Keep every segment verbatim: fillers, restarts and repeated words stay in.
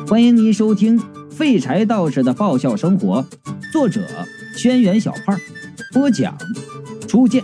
欢迎您收听《废柴道士的爆笑生活》，作者轩辕小胖，播讲初见。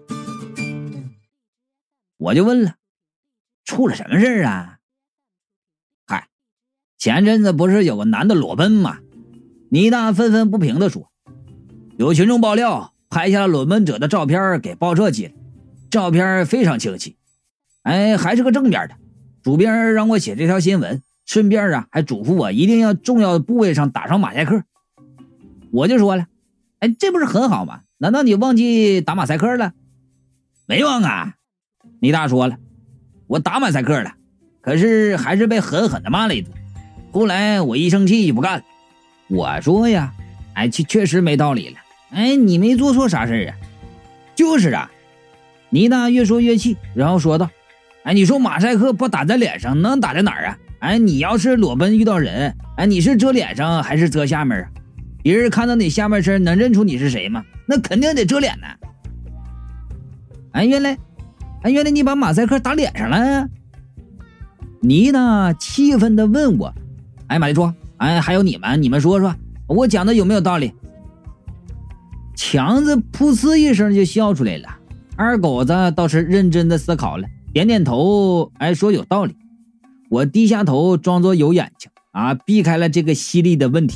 我就问了，出了什么事啊？嗨，前阵子不是有个男的裸奔吗？倪大愤愤不平地说，有群众爆料拍下了裸奔者的照片给报社寄了，照片非常清晰，哎，还是个正面的。主编让我写这条新闻，顺便啊还嘱咐我一定要重要的部位上打上马赛克。我就说了，哎，这不是很好吗？难道你忘记打马赛克了？没忘啊。倪大说了，我打马赛克了，可是还是被狠狠的骂了一顿。后来我一生气就不干了。我说呀，哎，确确实没道理了。哎，你没做错啥事啊？就是啊。倪大越说越气，然后说道，哎，你说马赛克不打在脸上，能打在哪儿啊？哎，你要是裸奔遇到人，哎，你是遮脸上还是遮下面啊？别人看到你下半身能认出你是谁吗？那肯定得遮脸呢。哎，原来，哎，原来你把马赛克打脸上了。倪大气愤地问我，哎，马丽珠，哎，还有你们，你们说说，我讲的有没有道理？强子噗呲一声就笑出来了，二狗子倒是认真的思考了，点点头，哎，说有道理。我低下头装作有眼睛啊，避开了这个犀利的问题。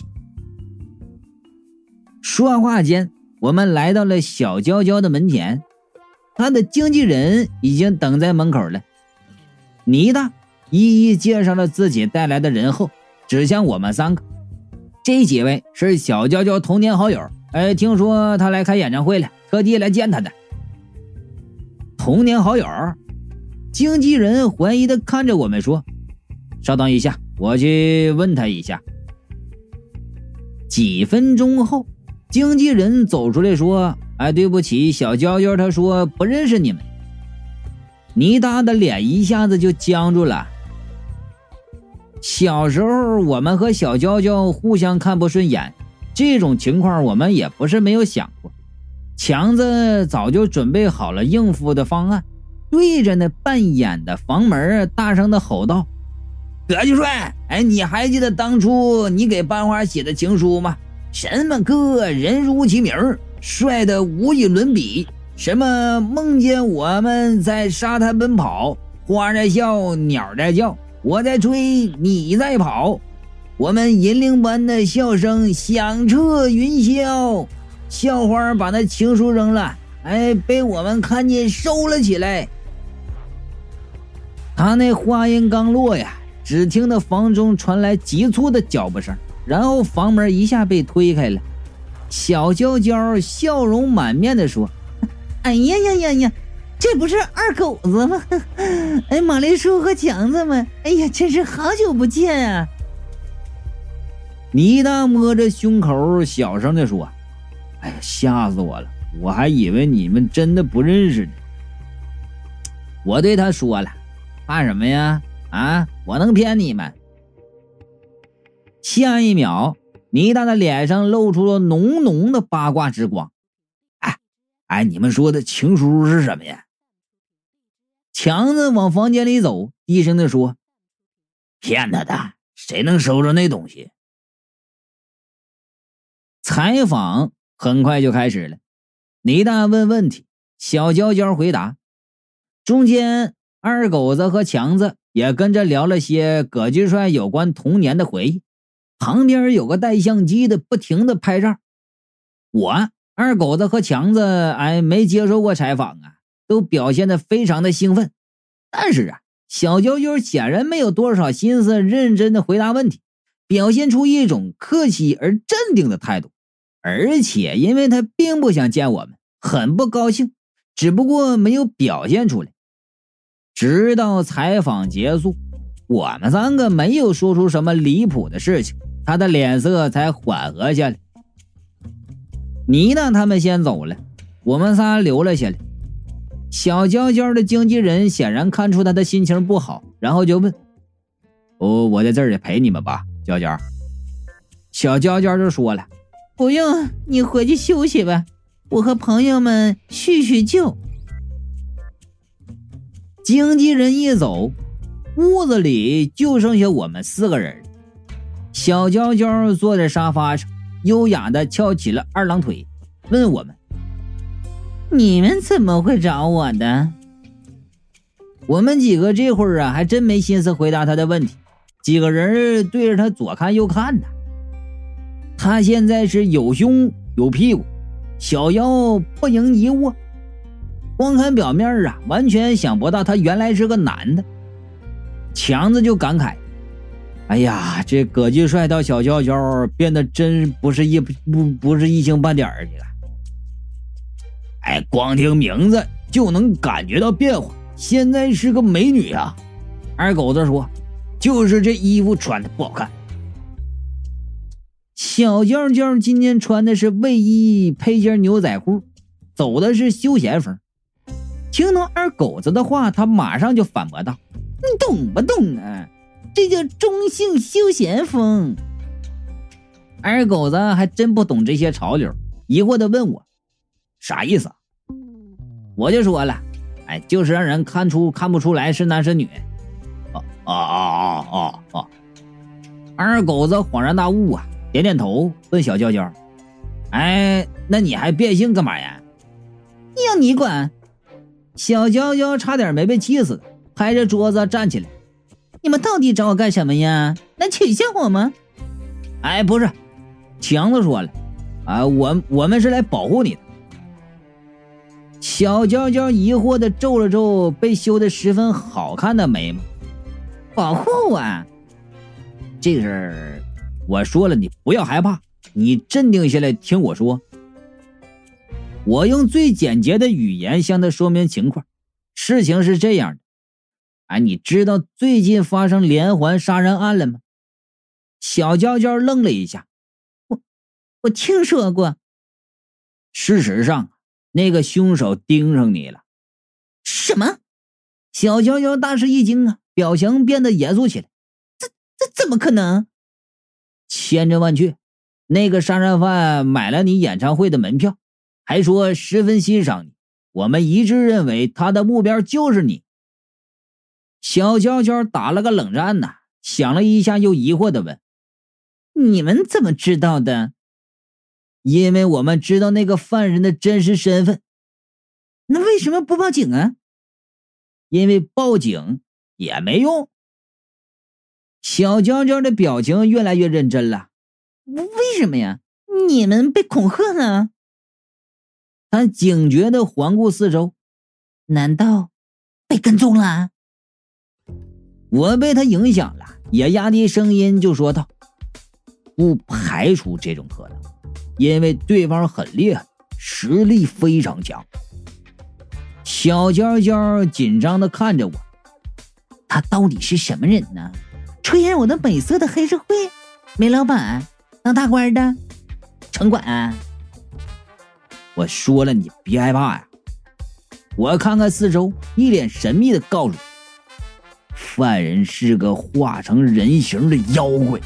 说话间，我们来到了小娇娇的门前，他的经纪人已经等在门口了。倪大一一介绍了自己带来的人后，指向我们三个，这几位是小娇娇童年好友，哎，听说他来开演唱会了，特地来见他的。童年好友？经纪人怀疑地看着我们说，稍等一下，我去问他一下。几分钟后，经纪人走出来说，哎，对不起，小娇娇他说不认识你们。倪大的脸一下子就僵住了。小时候我们和小娇娇互相看不顺眼，这种情况我们也不是没有想过。强子早就准备好了应付的方案，对着那扮演的房门大声的吼道，葛巨帅，哎，你还记得当初你给班花写的情书吗？什么哥人如其名，帅的无与伦比，什么梦见我们在沙滩奔跑，花在笑，鸟在叫，我在追，你在跑，我们银铃般的笑声响彻云霄。校花把那情书扔了，哎，被我们看见收了起来。他那话音刚落呀，只听得房中传来急促的脚步声，然后房门一下被推开了。小娇娇笑容满面地说，哎呀呀呀呀，这不是二狗子吗？哎，马丽叔和强子们，哎呀，真是好久不见啊。倪大摸着胸口小声地说，哎呀，吓死我了，我还以为你们真的不认识呢。我对他说了，怕什么呀？啊，我能骗你们？下一秒，倪大的脸上露出了浓浓的八卦之光。哎哎，你们说的情书是什么呀？强子往房间里走，低声地说，骗他的，谁能收着那东西？采访很快就开始了，倪大问问题，小娇娇回答，中间二狗子和强子也跟着聊了些葛巨帅有关童年的回忆，旁边有个带相机的不停的拍照。我二狗子和强子哎没接受过采访啊，都表现得非常的兴奋，但是啊，小娇娇显然没有多少心思认真的回答问题，表现出一种客气而镇定的态度。而且因为他并不想见我们，很不高兴，只不过没有表现出来。直到采访结束，我们三个没有说出什么离谱的事情，他的脸色才缓和下来。倪大他们先走了，我们仨留了下来。小娇娇的经纪人显然看出他的心情不好，然后就问，哦，我在这里陪你们吧，娇娇。小娇娇就说了，不用，你回去休息吧，我和朋友们叙叙旧。经纪人一走，屋子里就剩下我们四个人。 小娇娇坐在沙发上，优雅地翘起了二郎腿，问我们：你们怎么会找我的？我们几个这会儿啊，还真没心思回答他的问题，几个人对着他左看右看的。他现在是有胸有屁股，小腰不盈一握，光看表面啊，完全想不到他原来是个男的。强子就感慨：哎呀，这葛巨帅到小娇娇变得真不是一不不是一星半点儿的了。哎，光听名字就能感觉到变化，现在是个美女啊。二狗子说，就是这衣服穿的不好看。小娇娇今天穿的是卫衣配件牛仔裤，走的是休闲风。听到二狗子的话，他马上就反驳道：你懂不懂啊？这叫中性休闲风。二狗子还真不懂这些潮流，疑惑地问我啥意思啊？我就说了，哎，就是让人看出看不出来是男是女。哦哦哦哦哦！二狗子恍然大悟啊，点点头，问小娇娇：哎，那你还变性干嘛呀？要你管！小娇娇差点没被气死，拍着桌子站起来：你们到底找我干什么呀？来取笑我吗？哎，不是，强子说了啊，我我们是来保护你的。小娇娇疑惑地皱了皱被修得十分好看的眉毛。保护我？这事儿我说了，你不要害怕，你镇定下来听我说。我用最简洁的语言向他说明情况。事情是这样的，哎，你知道最近发生连环杀人案了吗？小娇娇愣了一下。我我听说过。事实上，那个凶手盯上你了。什么？小娇娇大吃一惊啊，表情变得严肃起来。这这怎么可能？千真万确，那个杀人犯买了你演唱会的门票，还说十分欣赏你，我们一致认为他的目标就是你。小娇娇打了个冷战呐、啊，想了一下又疑惑地问：你们怎么知道的？因为我们知道那个犯人的真实身份。那为什么不报警啊？因为报警也没用。小娇娇的表情越来越认真了。为什么呀？你们被恐吓呢？他警觉地环顾四周，难道被跟踪了？我被他影响了，也压低声音就说道：不排除这种可能，因为对方很厉害，实力非常强。小娇娇紧张地看着我，他到底是什么人呢？吹演我的美色的黑社会？煤老板？当大官的？城管啊？我说了，你别害怕呀。我看看四周，一脸神秘地告诉我，犯人是个化成人形的妖怪。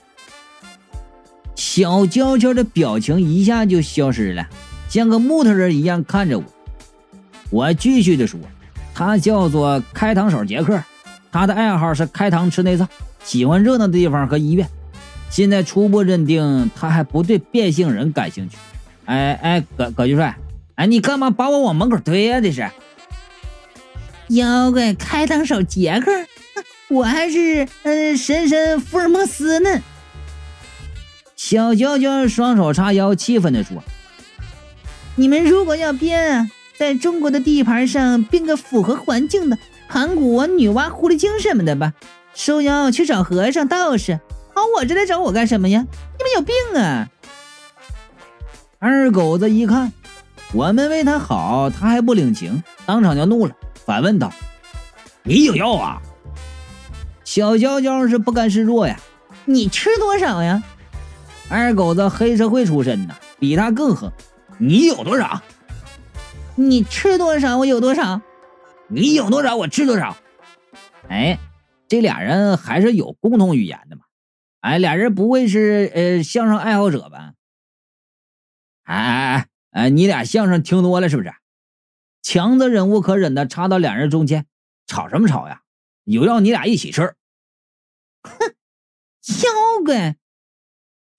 小娇娇的表情一下就消失了，像个木头人一样看着我。我继续地说，他叫做开膛手杰克，他的爱好是开膛吃内脏，喜欢热闹的地方和医院。现在初步认定他还不对变性人感兴趣。哎哎，葛葛巨帅，哎，你干嘛把我往门口推呀、啊？这是妖怪开膛手杰克，我还是呃神神福尔摩斯呢。小娇娇双手叉腰，气愤地说：你们如果要编啊，在中国的地盘上编个符合环境的盘古、女娲、狐狸精什么的吧，收妖去找和尚道士，好，我这来找我干什么呀？你们有病啊！二狗子一看我们为他好，他还不领情，当场就怒了，反问道：你有药啊？小娇娇是不甘示弱呀，你吃多少呀？二狗子黑社会出身呐，比他更横，你有多少？你吃多少我有多少，你有多少我吃多少。哎，这俩人还是有共同语言的嘛。哎，俩人不会是呃相声爱好者吧？哎哎哎哎，你俩相声听多了是不是？强子忍无可忍的插到两人中间，吵什么吵呀？有让你俩一起吃。哼，妖怪，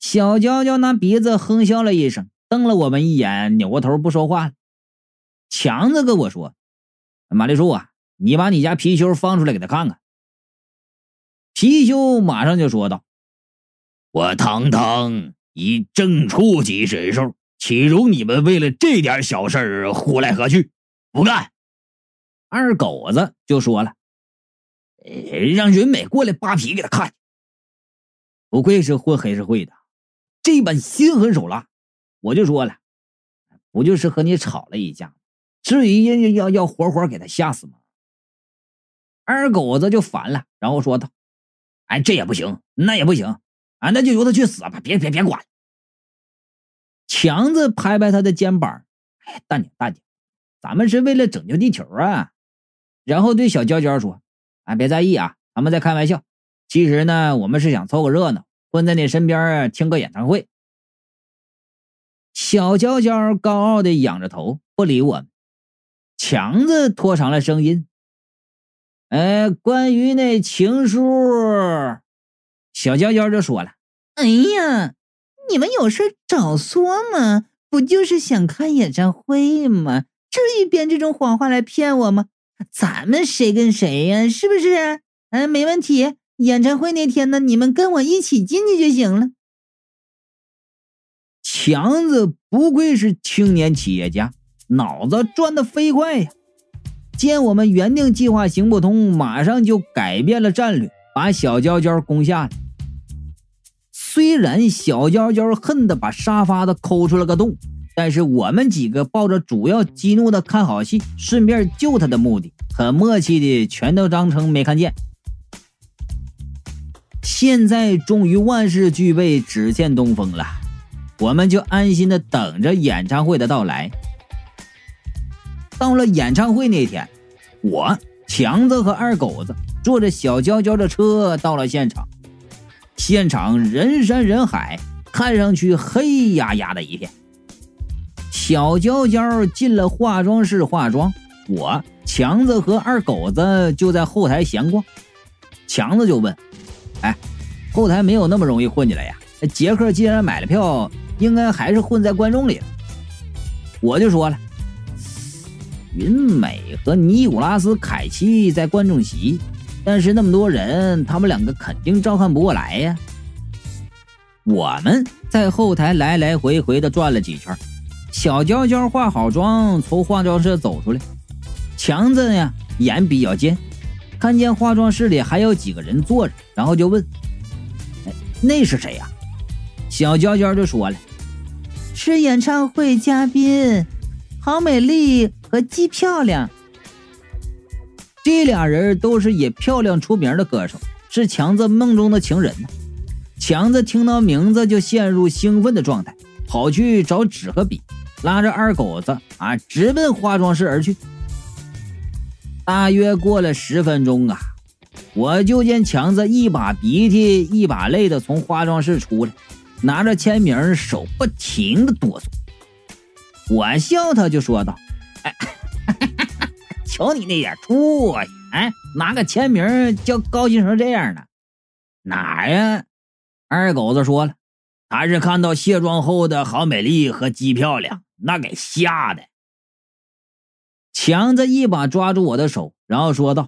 小娇娇拿鼻子哼笑了一声，瞪了我们一眼，扭过头不说话了。强子跟我说：“马丽树啊，你把你家貔貅放出来给他看看。”貔貅马上就说道：“ 我堂堂以正处级神兽，岂容你们为了这点小事儿呼来喝去？不干！” 二狗子就说了：“ 呃，让云美过来扒皮给他看。” 不愧是混黑社会的，这般心狠手辣。我就说了，不就是和你吵了一架，至于要要要活活给他吓死吗？二狗子就烦了，然后说道：“ 哎，这也不行，那也不行，啊，那就由他去死吧，别别别管。” 强子拍拍他的肩膀：“哎，大姐大姐，咱们是为了拯救地球啊。”然后对小娇娇说：“哎，别在意啊，他们在开玩笑。其实呢，我们是想凑个热闹，混在你身边听个演唱会。”小娇娇高傲的仰着头不理我们。强子拖长了声音：“呃，关于那情书。”小娇娇就说了：“ 哎呀，你们有事早说嘛，不就是想看演唱会吗？至于编这种谎话来骗我吗？咱们谁跟谁呀、啊？是不是？嗯，没问题。演唱会那天呢，你们跟我一起进去就行了。” 强子不愧是青年企业家，脑子转得飞快呀！见我们原定计划行不通，马上就改变了战略，把小娇娇攻下了。虽然小娇娇恨得把沙发都抠出了个洞，但是我们几个抱着主要激怒的看好戏，顺便救他的目的，很默契的全都当成没看见。现在终于万事俱备，只欠东风了，我们就安心的等着演唱会的到来。到了演唱会那天，我强子和二狗子坐着小娇娇的车到了现场。现场人山人海，看上去黑压压的一片。小娇娇进了化妆室化妆，我强子和二狗子就在后台闲逛。强子就问：“哎，后台没有那么容易混进来呀？杰克既然买了票，应该还是混在观众里了。”我就说了：“云美和尼古拉斯凯奇在观众席，但是那么多人，他们两个肯定照看不过来呀。”我们在后台来来回回的转了几圈，小娇娇化好妆从化妆室走出来，强子呀眼比较尖，看见化妆室里还有几个人坐着，然后就问：“哎，那是谁呀？”小娇娇就说了：“ 是演唱会嘉宾郝美丽和姬漂亮。” 这俩人都是以漂亮出名的歌手，是强子梦中的情人呢。强子听到名字就陷入兴奋的状态，跑去找纸和笔，拉着二狗子啊直奔化妆室而去。大约过了十分钟啊，我就见强子一把鼻涕一把泪的从化妆室出来，拿着签名，手不停的哆嗦。我笑他就说道：“哎，瞧你那点出息，哎，拿个签名就高兴成这样呢？”“哪呀？”二狗子说了，他是看到卸妆后的郝美丽和姬漂亮，那给吓的。强子一把抓住我的手，然后说道：“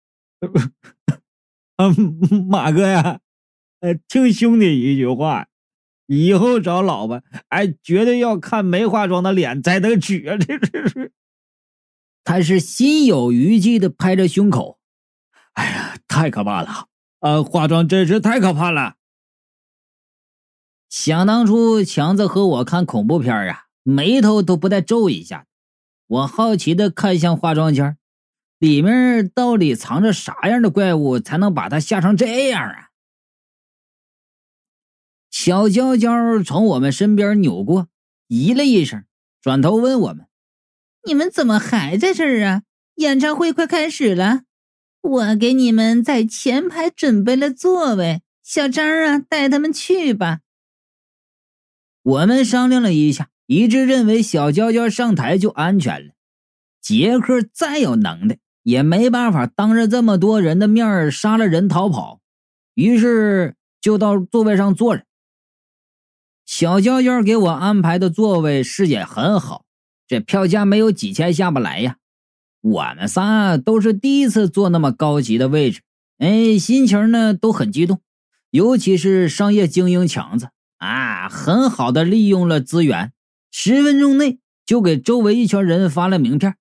啊，马哥呀，呃，听兄弟一句话，以后找老婆，哎，绝对要看没化妆的脸才能娶啊！”这这是，他是心有余悸的拍着胸口：“哎呀，太可怕了！呃，化妆真是太可怕了。”想当初强子和我看恐怖片啊，眉头都不带皱一下。我好奇的看向化妆间，里面到底藏着啥样的怪物才能把他吓成这样啊？小娇娇从我们身边扭过，咦了一声，转头问我们：“ 你们怎么还在这儿啊？演唱会快开始了，我给你们在前排准备了座位，小张啊，带他们去吧。”我们商量了一下，一致认为小娇娇上台就安全了。杰克再有能耐，也没办法当着这么多人的面杀了人逃跑，于是就到座位上坐着。 小娇娇给我安排的座位是也很好，这票价没有几千下不来呀。我们仨都是第一次坐那么高级的位置，哎，心情呢都很激动。尤其是商业精英强子啊，很好的利用了资源，十分钟内就给周围一圈人发了名片。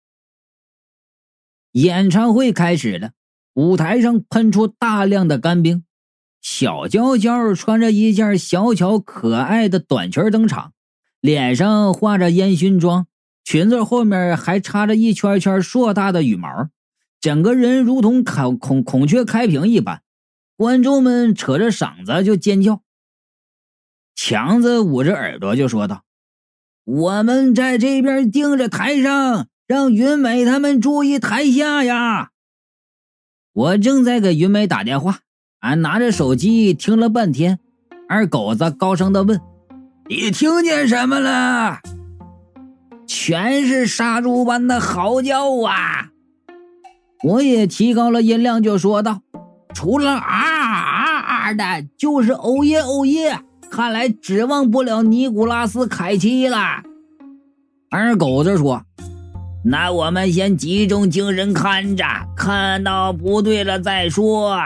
演唱会开始了，舞台上喷出大量的干冰。小娇娇穿着一件小巧可爱的短裙登场，脸上画着烟熏妆，裙子后面还插着一圈圈硕大的羽毛，整个人如同孔孔孔雀开屏一般。观众们扯着嗓子就尖叫。强子捂着耳朵就说道：我们在这边盯着台上，让云美他们注意台下呀。我正在给云美打电话，俺拿着手机听了半天，二狗子高声的问：你听见什么了？全是杀猪般的嚎叫啊！我也提高了音量就说道：除了啊啊啊的，就是欧耶欧耶，看来指望不了尼古拉斯凯奇了。二狗子说：那我们先集中精神看着，看到不对了再说。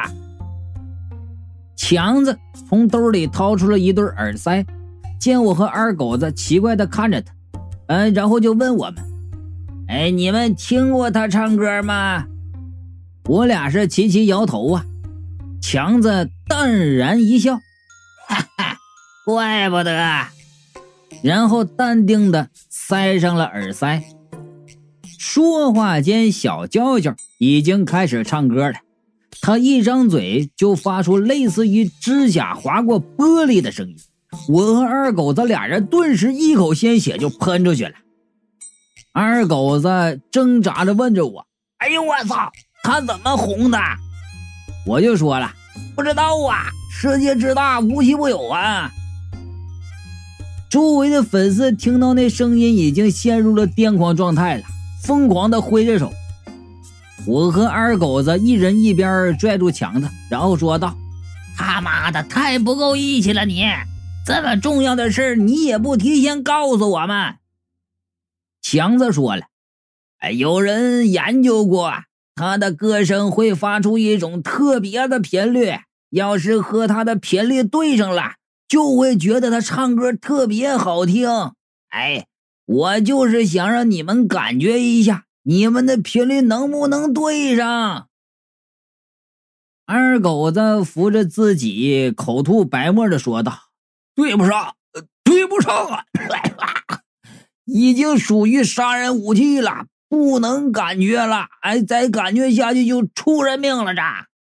强子从兜里掏出了一对耳塞，见我和二狗子奇怪的看着他，嗯，然后就问我们：哎，你们听过他唱歌吗？我俩是齐齐摇头啊。强子淡然一笑，哈哈，怪不得。然后淡定的塞上了耳塞。说话间，小娇娇已经开始唱歌了，她一张嘴就发出类似于指甲划过玻璃的声音。我和二狗子俩人顿时一口鲜血就喷出去了。二狗子挣扎着问着我：哎呦我操，他怎么红的？我就说了：不知道啊，世界之大无奇不有啊。周围的粉丝听到那声音已经陷入了癫狂状态了，疯狂的挥着手。我和二狗子一人一边拽住强子，然后说道：他妈的太不够义气了你，这么重要的事你也不提前告诉我们。强子说了：哎，有人研究过，他的歌声会发出一种特别的频率，要是和他的频率对上了，就会觉得他唱歌特别好听。哎，我就是想让你们感觉一下，你们的频率能不能对上。二狗子扶着自己口吐白沫的说道：对不上，对不上啊，已经属于杀人武器了，不能感觉了，哎，再感觉下去就出人命了这。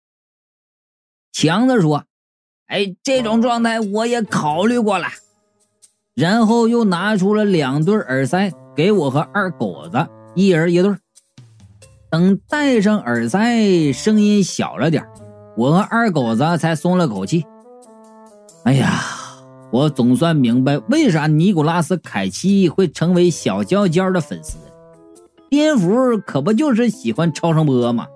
强子说：哎，这种状态我也考虑过了。然后又拿出了两对耳塞给我和二狗子，一人一对。等戴上耳塞，声音小了点，我和二狗子才松了口气。哎呀，我总算明白为啥尼古拉斯凯奇会成为小娇娇的粉丝了。蝙蝠可不就是喜欢超声波吗？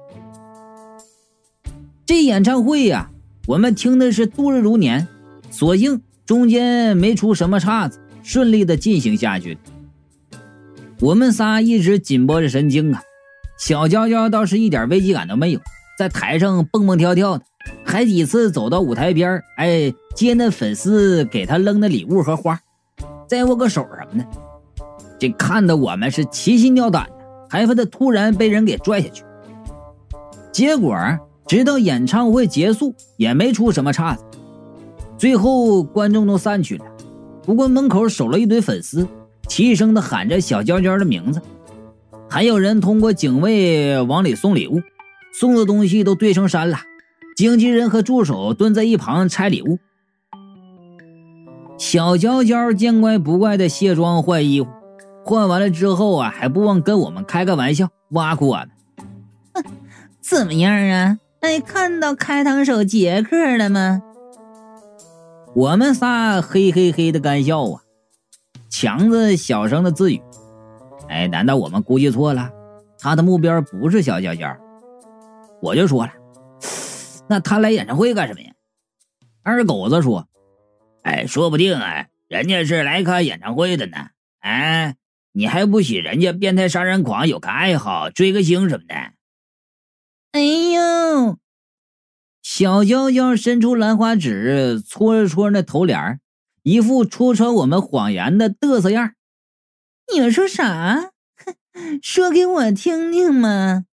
这演唱会呀、啊，我们听的是度日如年，所幸中间没出什么岔子，顺利的进行下去。我们仨一直紧绷着神经啊，小娇娇倒是一点危机感都没有，在台上蹦蹦跳跳的，还几次走到舞台边，哎，接那粉丝给他扔的礼物和花，再握个手什么的。这看得我们是提心吊胆的，还怕他突然被人给拽下去。结果直到演唱会结束也没出什么岔子，最后观众都散去了，不过门口守了一堆粉丝，齐声的喊着小娇娇的名字，还有人通过警卫往里送礼物，送的东西都堆成山了，经纪人和助手蹲在一旁拆礼物。小娇娇见怪不怪的卸妆换衣服，换完了之后啊，还不忘跟我们开个玩笑，挖苦我们。 怎么样啊？哎，看到开膛手杰克了吗？ 我们仨嘿嘿嘿的干笑啊。强子小声的自语：哎，难道我们估计错了？他的目标不是小娇娇。我就说了，那他来演唱会干什么呀？二狗子说： 哎，说不定啊，人家是来看演唱会的呢。哎，你还不许人家变态杀人狂有个爱好，追个星什么的？ 哎呦！ 小娇娇伸出兰花指，搓了搓那头帘，一副戳穿我们谎言的嘚瑟样。 你们说啥？说给我听听嘛。